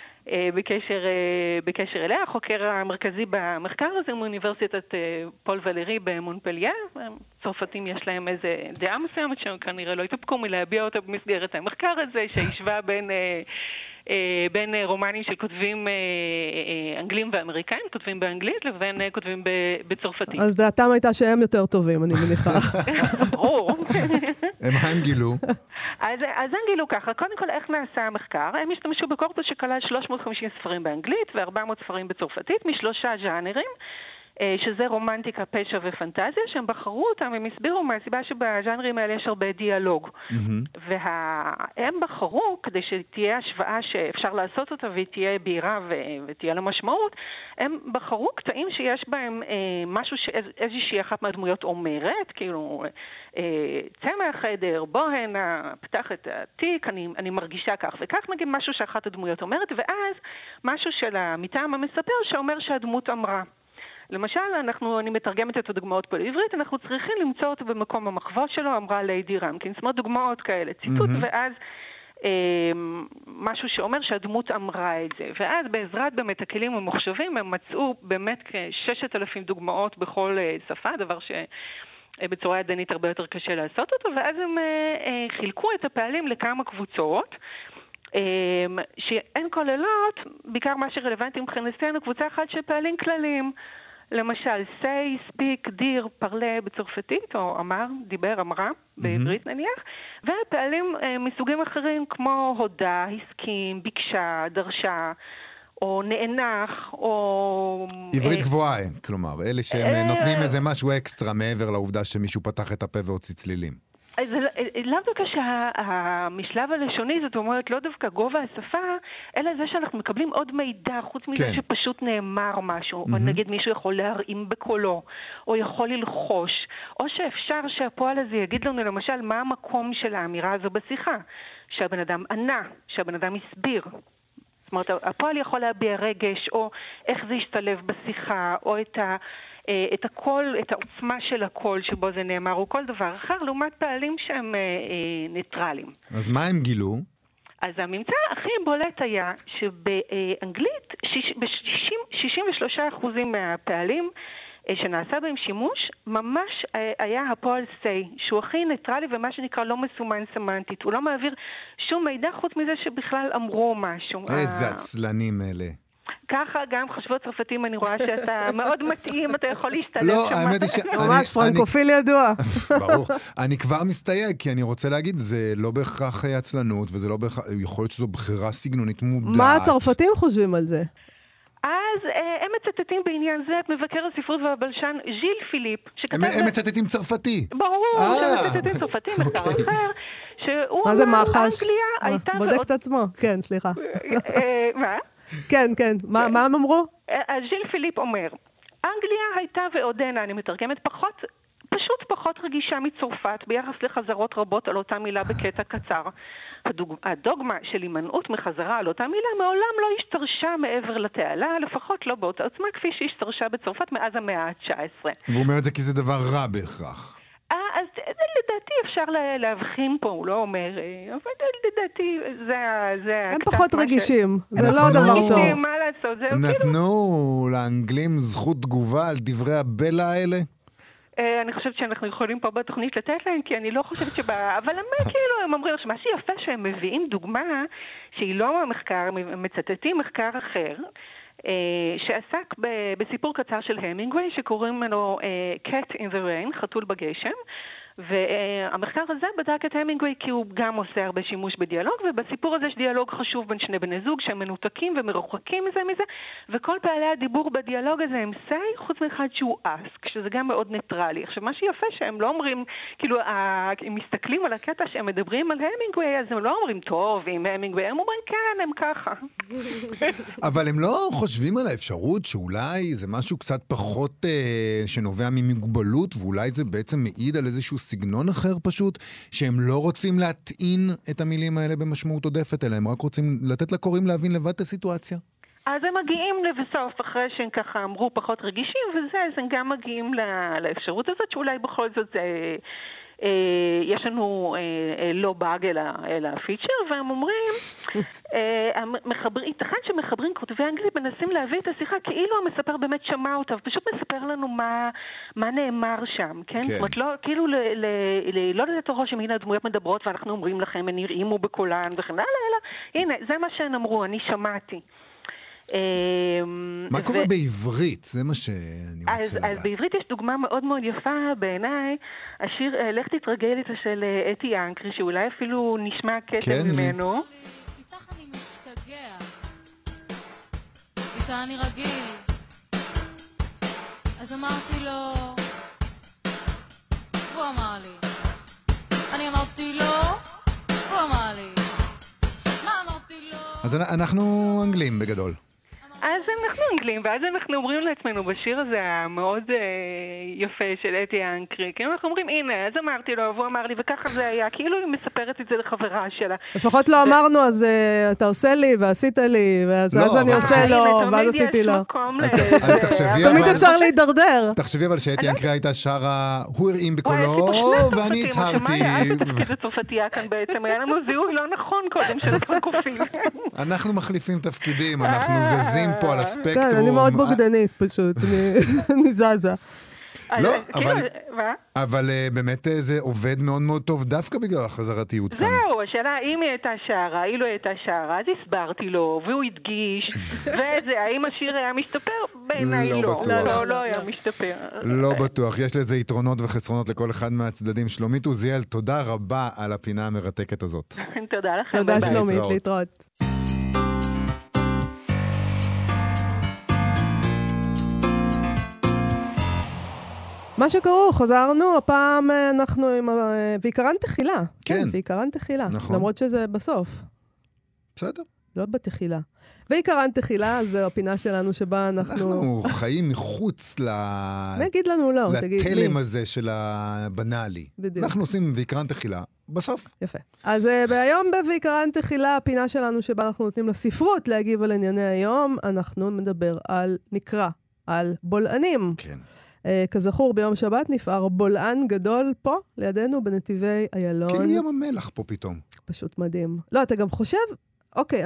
בקשר אליה, החוקר המרכזי במחקר הזה מאוניברסיטת פול ולרי במונפליה. צרפתים יש להם איזה דעה מסוימת שכנראה לא התאפקו מלהביע אותה במסגרת המחקר הזה, שהשווה בין רומנים שכותבים אנגלים ואמריקאים, כותבים באנגלית, לבין כותבים בצרפתית. אז דעתם הייתה שהם יותר טובים, אני מניחה. ברור. מה הם גילו? אז הם גילו ככה, קודם כל איך נעשה המחקר? הם השתמשו בקורפוס שכלל 350 ספרים באנגלית ו400 ספרים בצרפתית, משלושה ז'אנרים, שזה רומנטיקה, פשע ופנטזיה, שהם בחרו אותם, הם הסבירו מהסיבה שבז'אנרים האלה יש הרבה דיאלוג. והם בחרו, כדי שתהיה השוואה שאפשר לעשות אותה והיא תהיה בהירה ותהיה לה משמעות, הם בחרו קטעים שיש בהם משהו שאיזושהי אחת מהדמויות אומרת, כאילו, צא מהחדר, בוא הנה, פתח את התיק, אני מרגישה כך וכך, נגיד משהו שאחת הדמויות אומרת, ואז משהו של מטעם המספר שאומר שהדמות אמרה. למשל, אני מתרגמת את הדוגמאות פה לעברית, אנחנו צריכים למצוא אותו במקום המחווה שלו, אמרה ליידי רמקין. זאת אומרת, דוגמאות כאלה, ציטוט, ואז משהו שאומר שהדמות אמרה את זה. ואז בעזרת באמת הכלים המוחשבים, הם מצאו באמת כ-6,000 דוגמאות בכל שפה, דבר שבצורה ידנית הרבה יותר קשה לעשות אותו, ואז הם חילקו את הפעלים לכמה קבוצות, שהן כוללות, בעיקר מה שרלוונטי מבחינתנו, קבוצה אחת של פעלים כלליים. למשל, say, speak, דיר, פרלה בצרפתית, או אמר, דיבר, אמרה, בעברית נניח, ופעלים מסוגים אחרים כמו הודע, הסכים, ביקשה, דרשה, או נאנח, או... עברית גבוהה, כלומר, אלה שהם נותנים איזה משהו אקסטרה מעבר לעובדה שמישהו פתח את הפה והוציא צלילים. אז לאו דווקא שהמשלב הלשוני, זאת אומרת, לא דווקא גובה השפה, אלא זה שאנחנו מקבלים עוד מידע, חוץ מזה שפשוט נאמר משהו, או נגיד מישהו יכול להרעים בקולו, או יכול ללחוש, או שאפשר שהפועל הזה יגיד לנו למשל מה המקום של האמירה הזו בשיחה, שהבן אדם ענה, שהבן אדם הסביר. זאת אומרת, הפועל יכול להביע רגש, או איך זה ישתלב בשיחה, או את הקול, את העוצמה של הקול שבו זה נאמר, או כל דבר אחר, לעומת פעלים שהם ניטרליים. אז מה הם גילו? אז הממצא הכי בולט היה שבאנגלית, ב-63% מהפעלים שנעשה בהם שימוש, ממש היה הפועל say, שהוא הכי ניטרלי ומה שנקרא לא מסומן סמנטית. הוא לא מעביר שום מידע חוץ מזה שבכלל אמרו משהו. איזה עצלנים אלה. ככה גם חשבות צרפתים, אני רואה שאתה מאוד מתאים, אתה יכול להשתלב. לא, האמת היא ש... ממש פרנקופיל ידוע. ברור. אני כבר מסתייג, כי אני רוצה להגיד, זה לא בהכרח עצלנות, וזה לא בהכרח... יכול להיות שזו בחירה סגנונית מודעת. מה הצרפתים חושבים על זה? אז הם מצטטים בעניין זה את מבקר הספרות והבלשן ז'יל פיליפ. הם מצטטים צרפתי. ברור, הם מצטטים צרפתי, מחקר אחר, שהוא מה זה מחש? אנגליה הייתה... בודק את עצמו, כן, סליחה. מה? כן, כן, מה הם אמרו? ז'יל פיליפ אומר, אנגליה הייתה ועודנה, אני מתרגמת פשוט פחות רגישה מצרפת ביחס לחזרות רבות על אותה מילה בקטע קצר. הדוגמה של הימנעות מחזרה על אותה מילה מעולם לא השתרשה מעבר לתעלה, לפחות לא באותה עוצמה כפי שהשתרשה בצרפת מאז המאה ה-19. והוא אומר את זה כי זה דבר רע בהכרח. אז לדעתי אפשר להבחין פה, הוא לא אומר, אבל לדעתי זה... הם פחות רגישים, זה לא דבר טוב. מה לעשות? נתנו לאנגלים זכות תגובה על דברי הבלע האלה? אני חושבת שאנחנו יכולים פה בתוכנית לתת להם, כי אני לא חושבת אבל כאילו הם אומרים, מה שיפה שהם מביאים דוגמה שהיא לא מהמחקר, הם מצטטים מחקר אחר, שעסק בסיפור קצר של המינגווי, שקוראים לו Cat in the Rain, חתול בגשם, והמחקר הזה בדק את המינגווי כי הוא גם עושה הרבה שימוש בדיאלוג, ובסיפור הזה יש דיאלוג חשוב בין שני בני זוג שהם מנותקים ומרוחקים מזה, וכל פעלי הדיבור בדיאלוג הזה הם say, חוץ מאחד שהוא ask, שזה גם מאוד ניטרלי. עכשיו, מה שיפה שהם לא אומרים, כאילו, הם מסתכלים על הקטע שהם מדברים על המינגווי, אז הם לא אומרים טוב עם המינגווי, הם אומרים כן, הם ככה. אבל הם לא חושבים על האפשרות שאולי זה משהו קצת פחות שנובע ממוגבלות, ואולי זה בעצם מעיד על איזשהו סגנון אחר פשוט, שהם לא רוצים להטעין את המילים האלה במשמעות עודפת, אלא הם רק רוצים לתת לקוראים להבין לבד את הסיטואציה. אז הם מגיעים לבסוף, אחרי שהם ככה אמרו פחות רגישים, וזה, אז הם גם מגיעים לאפשרות הזאת, שאולי בכל זאת יש לנו לא באג אלא פיצ'ר, והם אומרים, ייתכן שמחברים כותבי אנגלית מנסים להביא את השיחה כאילו המספר באמת שמע אותה, ופשוט מספר לנו מה נאמר שם, כן? זאת אומרת, כאילו לא לתת רושם, הנה הדמויות מדברות ואנחנו אומרים לכם, הם נראים בקולן וכן הלאה, אלא, הנה, זה מה שהן אמרו, אני שמעתי. מה קורה בעברית? זה מה שאני רוצה לדעת. אז בעברית יש דוגמה מאוד מאוד יפה בעיניי, השיר לך תתרגל איתה של אתי ינקרי, שאולי אפילו נשמע קטע ממנו. איתך אני משתגע, איתה אני רגיל, אז אמרתי לו, הוא אמר לי, אני אמרתי לו, הוא אמר לי, מה אמרתי לו? אז אנחנו אנגלים בגדול. אז אנחנו אנגלים, ואז אנחנו אומרים לעצמנו בשיר הזה המאוד יפה של אתי ינקרי, כאילו אנחנו אומרים, הנה, אז אמרתי לו, והוא אמר לי, וככה זה היה, כאילו היא מספרת את זה לחברה שלה. לפחות לא אמרנו, אז אתה עושה לי, ועשית לי, ואז אני עושה לו, ואז עשיתי לו. תמיד אפשר להידרדר. תחשבי אבל שאתי ינקרי הייתה שרה, הוא הראים בקולו, ואני הצהרתי. את התפקיד הצרפתייה כאן בעצם, היה לנו זיהוי לא נכון קודם של הפרקופים. אנחנו מחליפים תפקידים, אנחנו זזים פה על הספקטרום. כן, אני מאוד בוגדנית פשוט, אני זזה. לא, אבל באמת זה עובד מאוד מאוד טוב דווקא בגלל החזרתיות כאן. זהו, השאלה, אם היא הייתה שרה, היא לא הייתה שרה, אז הסברתי לו, והוא הדגיש, וזה, האם השיר היה משתפר? בעיניי לא. לא היה משתפר. לא בטוח, יש לזה יתרונות וחסרונות לכל אחד מהצדדים. שלומית עוזיאל, תודה רבה על הפינה המרתקת הזאת. תודה לכם. תודה שלומית, להתראות. מה שקראו, חזרנו, הפעם אנחנו עם ועיקרן תחילה. כן. ועיקרן תחילה. נכון. למרות שזה בסוף. בסדר. לא בתחילה. ועיקרן תחילה, זו הפינה שלנו שבה אנחנו חיים מחוץ נגיד לנו לא, לתלם הזה של הבנאלי. בדיוק. אנחנו עושים ועיקרן תחילה. בסוף. יפה. אז היום בוועיקרן תחילה, הפינה שלנו שבה אנחנו נותנים לספרות להגיב על ענייני היום, אנחנו נדבר נקרא על בולענים. כן. כזכור, ביום שבת נפער בולען גדול פה, לידינו, בנתיבי איילון. כאילו ים המלח פה פתאום. פשוט מדהים. לא, אתה גם חושב, אוקיי,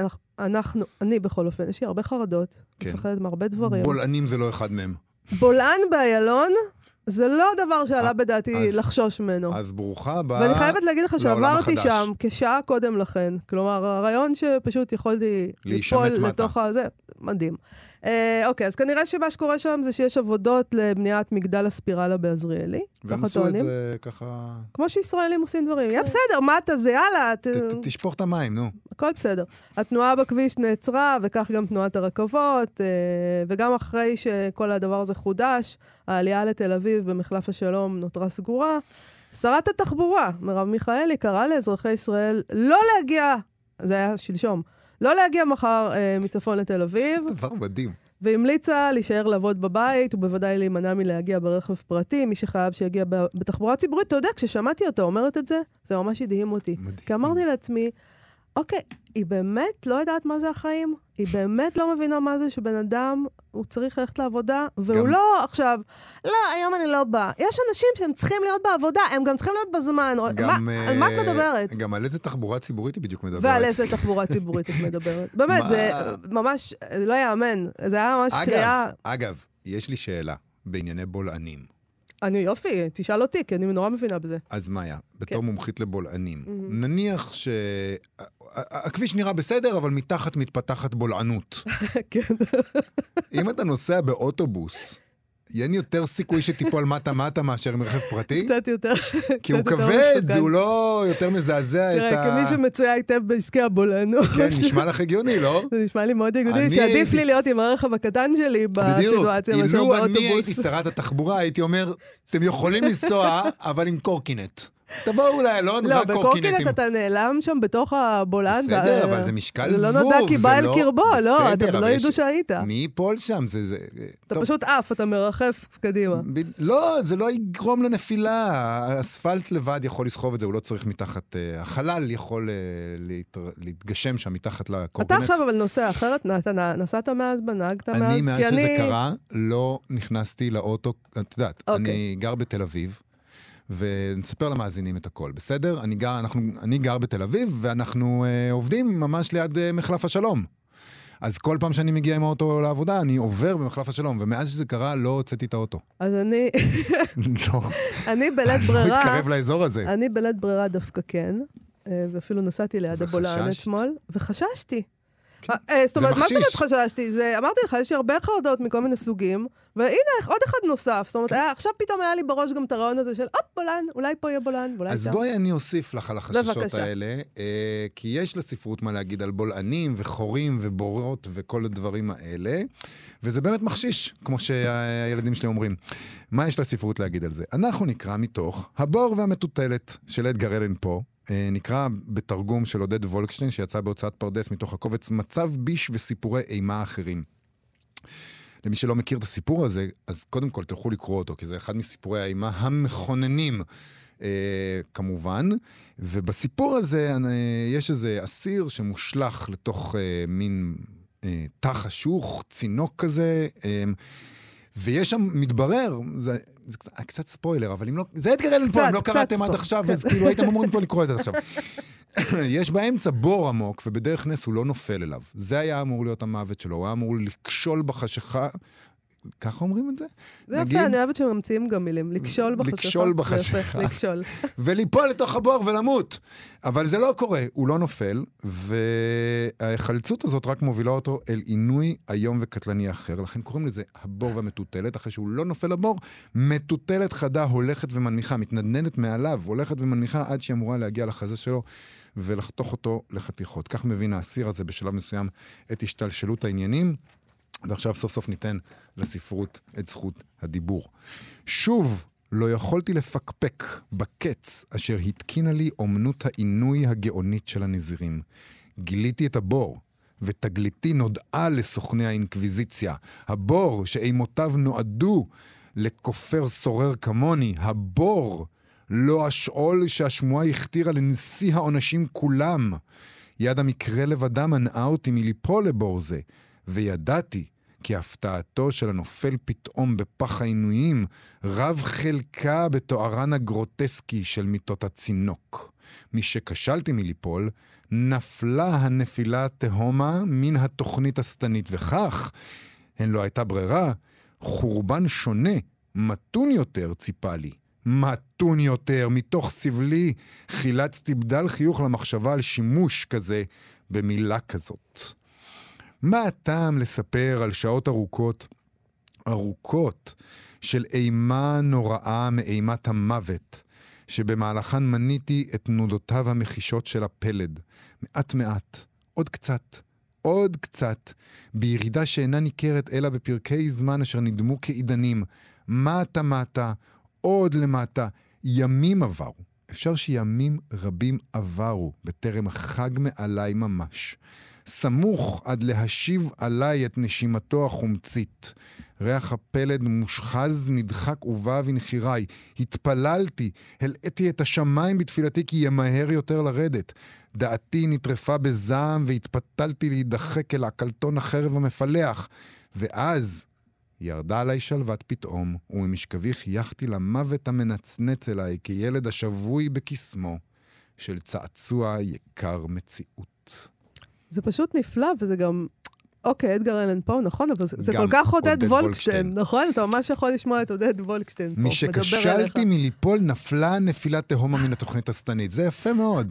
אני בכל אופן, יש לי הרבה חרדות, מפחדת מהרבה דברים. בולענים זה לא אחד מהם. בולען באיילון, זה לא דבר שעלה בדעתי לחשוש ממנו. אז ברוכה הבאה. ואני חייבת להגיד לך שעברתי שם כשעה קודם לכן. כלומר, הרעיון שפשוט יכולתי ליפול לתוך הזה, מדהים. אוקיי, אז כנראה שמה שקורה שם זה שיש עבודות לבניית מגדל הספירלה בעזריאלי. והם עשו את זה ככה... כמו שישראלים עושים דברים. יהיה בסדר, מה אתה זה? יאללה. תשפוך את המים, נו. הכל בסדר. התנועה בכביש נעצרה, וכך גם תנועת הרכבות, וגם אחרי שכל הדבר הזה חודש, העלייה לתל אביב במחלף השלום נותרה סגורה. שרת התחבורה, מרב מיכאלי, קראה לאזרחי ישראל לא להגיע, זה היה שלשום, לא להגיע מחר מצפון לתל אביב. דבר מדהים. והמליצה להישאר לעבוד בבית, ובוודאי להימנע מלהגיע ברכב פרטי, מי שחייב שיגיע בתחבורה ציבורית. אתה יודע, כששמעתי אותה אומרת את זה, זה ממש הדהים אותי. מדהים. כי אמרתי לעצמי, אוקיי, היא באמת לא יודעת מה זה החיים? היא באמת לא מבינה מה זה שבן אדם, הוא צריך ללכת לעבודה, והוא לא עכשיו, לא, היום אני לא בא. יש אנשים שהם צריכים להיות בעבודה, הם גם צריכים להיות בזמן. על מה את מדברת? גם על איזה תחבורה ציבורית היא בדיוק מדברת. ועל איזה תחבורה ציבורית את מדברת. באמת, זה ממש, לא יאמן. זה היה ממש קריאה... אגב, יש לי שאלה בענייני בולענים. אני יופי, תשאל אותי, כי אני נורא מבינה בזה. אז מאיה, בתור מומחית לבולענים, נניח שהכביש נראה בסדר, אבל מתחת מתפתחת בולענות. כן. אם אתה נוסע באוטובוס, אין יותר סיכוי שטיפול מטה מאשר עם רכב פרטי? קצת יותר. כי הוא כבד, זה הוא לא יותר מזעזע את ה... כמי שמצויה היטב בעסקי הבולענות. כן, נשמע לך הגיוני, לא? זה נשמע לי מאוד הגיוני, שעדיף לי להיות עם הרכב הקטן שלי בסיטואציה מאשר באוטובוס. אילו אני הייתי שרת התחבורה, הייתי אומר, אתם יכולים לנסוע, אבל עם קורקינט. תבואו לאיילון, רק קורקינטים. לא, בקורקינט אתה נעלם שם בתוך הבולען. בסדר, אבל זה משקל זבוב. זה לא נודע כי בא אל קרבו, לא, אתם לא ידעו שהיית. מי ייפול שם? אתה פשוט אף, אתה מרחף קדימה. לא, זה לא יגרום לנפילה. האספלט לבד יכול לסחוב את זה, הוא לא צריך מתחת... החלל יכול להתגשם שם מתחת לקורקינט. אתה עכשיו אבל נוסע אחרת, נסעת מאז בנהגת מאז? אני, מאז שזה קרה, לא נכנסתי לאוטו, את יודעת, אני גר בתל אביב, ונספר למאזינים את הכל, בסדר? אני גר בתל אביב, ואנחנו עובדים ממש ליד מחלף השלום. אז כל פעם שאני מגיע עם האוטו לעבודה, אני עובר במחלף השלום, ומאז שזה קרה, לא הוצאתי את האוטו. אז אני... לא. אני בלית ברירה... לא מתקרב לאזור הזה. אני בלית ברירה דווקא כן, ואפילו נסעתי ליד הבולען אתמול, וחששתי. זאת אומרת, מה זאת אומרת חששתי? אמרתי לך, יש לי הרבה חרדות מכל מיני סוגים, והנה, עוד אחד נוסף. זאת אומרת, עכשיו פתאום היה לי בראש גם את הרעיון הזה של, בולען, אולי פה יהיה בולען, ואולי אז בואי אני אוסיף לך על החששות האלה, כי יש לספרות מה להגיד על בולענים וחורים ובורות וכל הדברים האלה, וזה באמת מחשיש, כמו שהילדים שלי אומרים. מה יש לספרות להגיד על זה? אנחנו נקרא מתוך הבור והמטוטלת של אדגר אלן פה, נקרא בתרגום של עודד וולקשטיין, שיצא בהוצאת פרדס מתוך הקובץ מצב ביש וסיפורי אימה אחרים. למי שלא מכיר את הסיפור הזה, אז קודם כל תלכו לקרוא אותו, כי זה אחד מסיפורי האימה המכוננים, כמובן. ובסיפור הזה יש איזה אסיר שמושלח לתוך מין תא חשוך, צינוק כזה, ויש שם, מתברר, זה קצת ספוילר, אבל אם לא, זה אדגר אלן פה, אם לא קראתם עד עכשיו, אז כאילו הייתם אמורים פה לקרוא את זה עכשיו. יש באמצע בור עמוק, ובדרך נס הוא לא נופל אליו. זה היה אמור להיות המוות שלו, הוא היה אמור לקשול בחשיכה, ככה אומרים את זה? זה יפה, אני אוהבת שממציאים גם מילים, לקשול בחשיכה. לקשול בחשיכה. וליפול לתוך הבור ולמות. אבל זה לא קורה, הוא לא נופל, והחלצות הזאת רק מובילה אותו אל עינוי היום וקטלני אחר, לכן קוראים לזה הבור והמטוטלת, אחרי שהוא לא נופל לבור, מטוטלת חדה הולכת ומנמיכה, מתנדנדת מעליו, הולכת ומנמיכה עד שהיא אמורה להגיע לחזה שלו, ולחתוך אותו לחתיכות. כך מבין האסיר הזה בשלב מסוים את השתלשלות העניינים, ועכשיו סוף סוף ניתן לספרות את זכות הדיבור. שוב, לא יכולתי לפקפק בקץ אשר התקינה לי אומנות העינוי הגאונית של הנזירים. גיליתי את הבור, ותגליתי נודעה לסוכני האינקוויזיציה. הבור שאימותיו נועדו לכופר סורר כמוני. הבור, לא השאול שהשמועה הכתירה לנשיא העונשים כולם. יד המקרה לבדה מנעה אותי מליפול לבור זה. וידעתי כי הפתעתו של הנופל פתאום בפח העינויים רב חלקה בתוארן הגרוטסקי של מיטות הצינוק. משקשלתי מליפול, נפלה הנפילה תהומה מן התוכנית הסתנית, וכך, הן לא הייתה ברירה, חורבן שונה, מתון יותר ציפה לי. מתון יותר, מתוך סבלי, חילצתי בדל חיוך למחשבה על שימוש כזה במילה כזאת. מה הטעם לספר על שעות ארוכות של אימה נוראה מאימת המוות, שבמהלכן מניתי את תנודותיו המחישות של הפלד, מעט מעט, עוד קצת, בירידה שאינה ניכרת אלא בפרקי זמן אשר נדמו כעידנים, מטה, עוד למטה, ימים עברו. אפשר שימים רבים עברו, בטרם חג מעליי ממש. סמוך עד להשיב עליי את נשימתו החומצית. ריח הפלד מושחז נדחק ובא ונחיריי. התפללתי, הלאתי את השמיים בתפילתי כי ימהר יותר לרדת. דעתי נטרפה בזעם והתפתלתי להידחק אל הקלטון החרב המפלח. ואז ירדה עליי שלוות פתאום, וממשכבי חייכתי למוות המנצנץ אליי כילד השבוי בקסמו של צעצוע יקר מציאות. זה פשוט נפלא, וזה גם... אוקיי, אדגר אלן פה, נכון? אבל זה כל כך עודד וולקשטיין, נכון? אתה ממש יכול לשמוע את עודד וולקשטיין פה, משקשלתי מליפול, נפלה נפילת תהומה מן התוכנית הסתנית. זה יפה מאוד.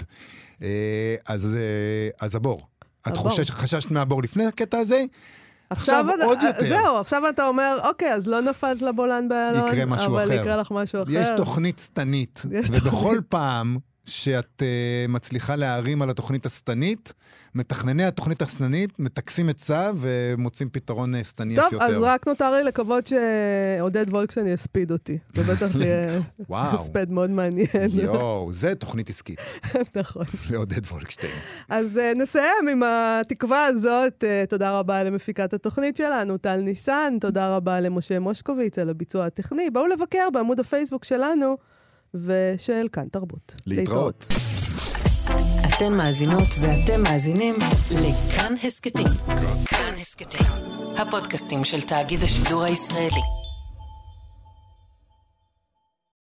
אז הבור. את חששת מהבור לפני הקטע הזה? עכשיו עוד יותר. זהו, עכשיו אתה אומר, אוקיי, אז לא נפלת לבולען באלון, יקרה משהו אחר. אבל יקרה לך משהו אחר. יש תוכנית סתנית, ובכל פעם שאת מצליחה להרים על התוכנית הסתנית, מתכנני התוכנית הסתנית מתקסים את צו ומוצאים פתרון סתני יותר. טוב, אז רק נותר לי לקוות שעודד וולקשטיין יספיד אותי. זה בטח לי הספד מאוד מעניין. יואו, זה תוכנית עסקית. נכון. לעודד וולקשטיין. אז נסיים עם התקווה הזאת. תודה רבה למפיקת התוכנית שלנו, טל ניסן. תודה רבה למשה מושקוביץ על הביצוע הטכני. בואו לבקר בעמוד הפייסבוק שלנו ושל כאן תרבות. להתראות. אתן מאזינות ואתם מאזינים לכאן הסקטים. כאן הסקטים. הפודקאסטים של תאגיד השידור הישראלי.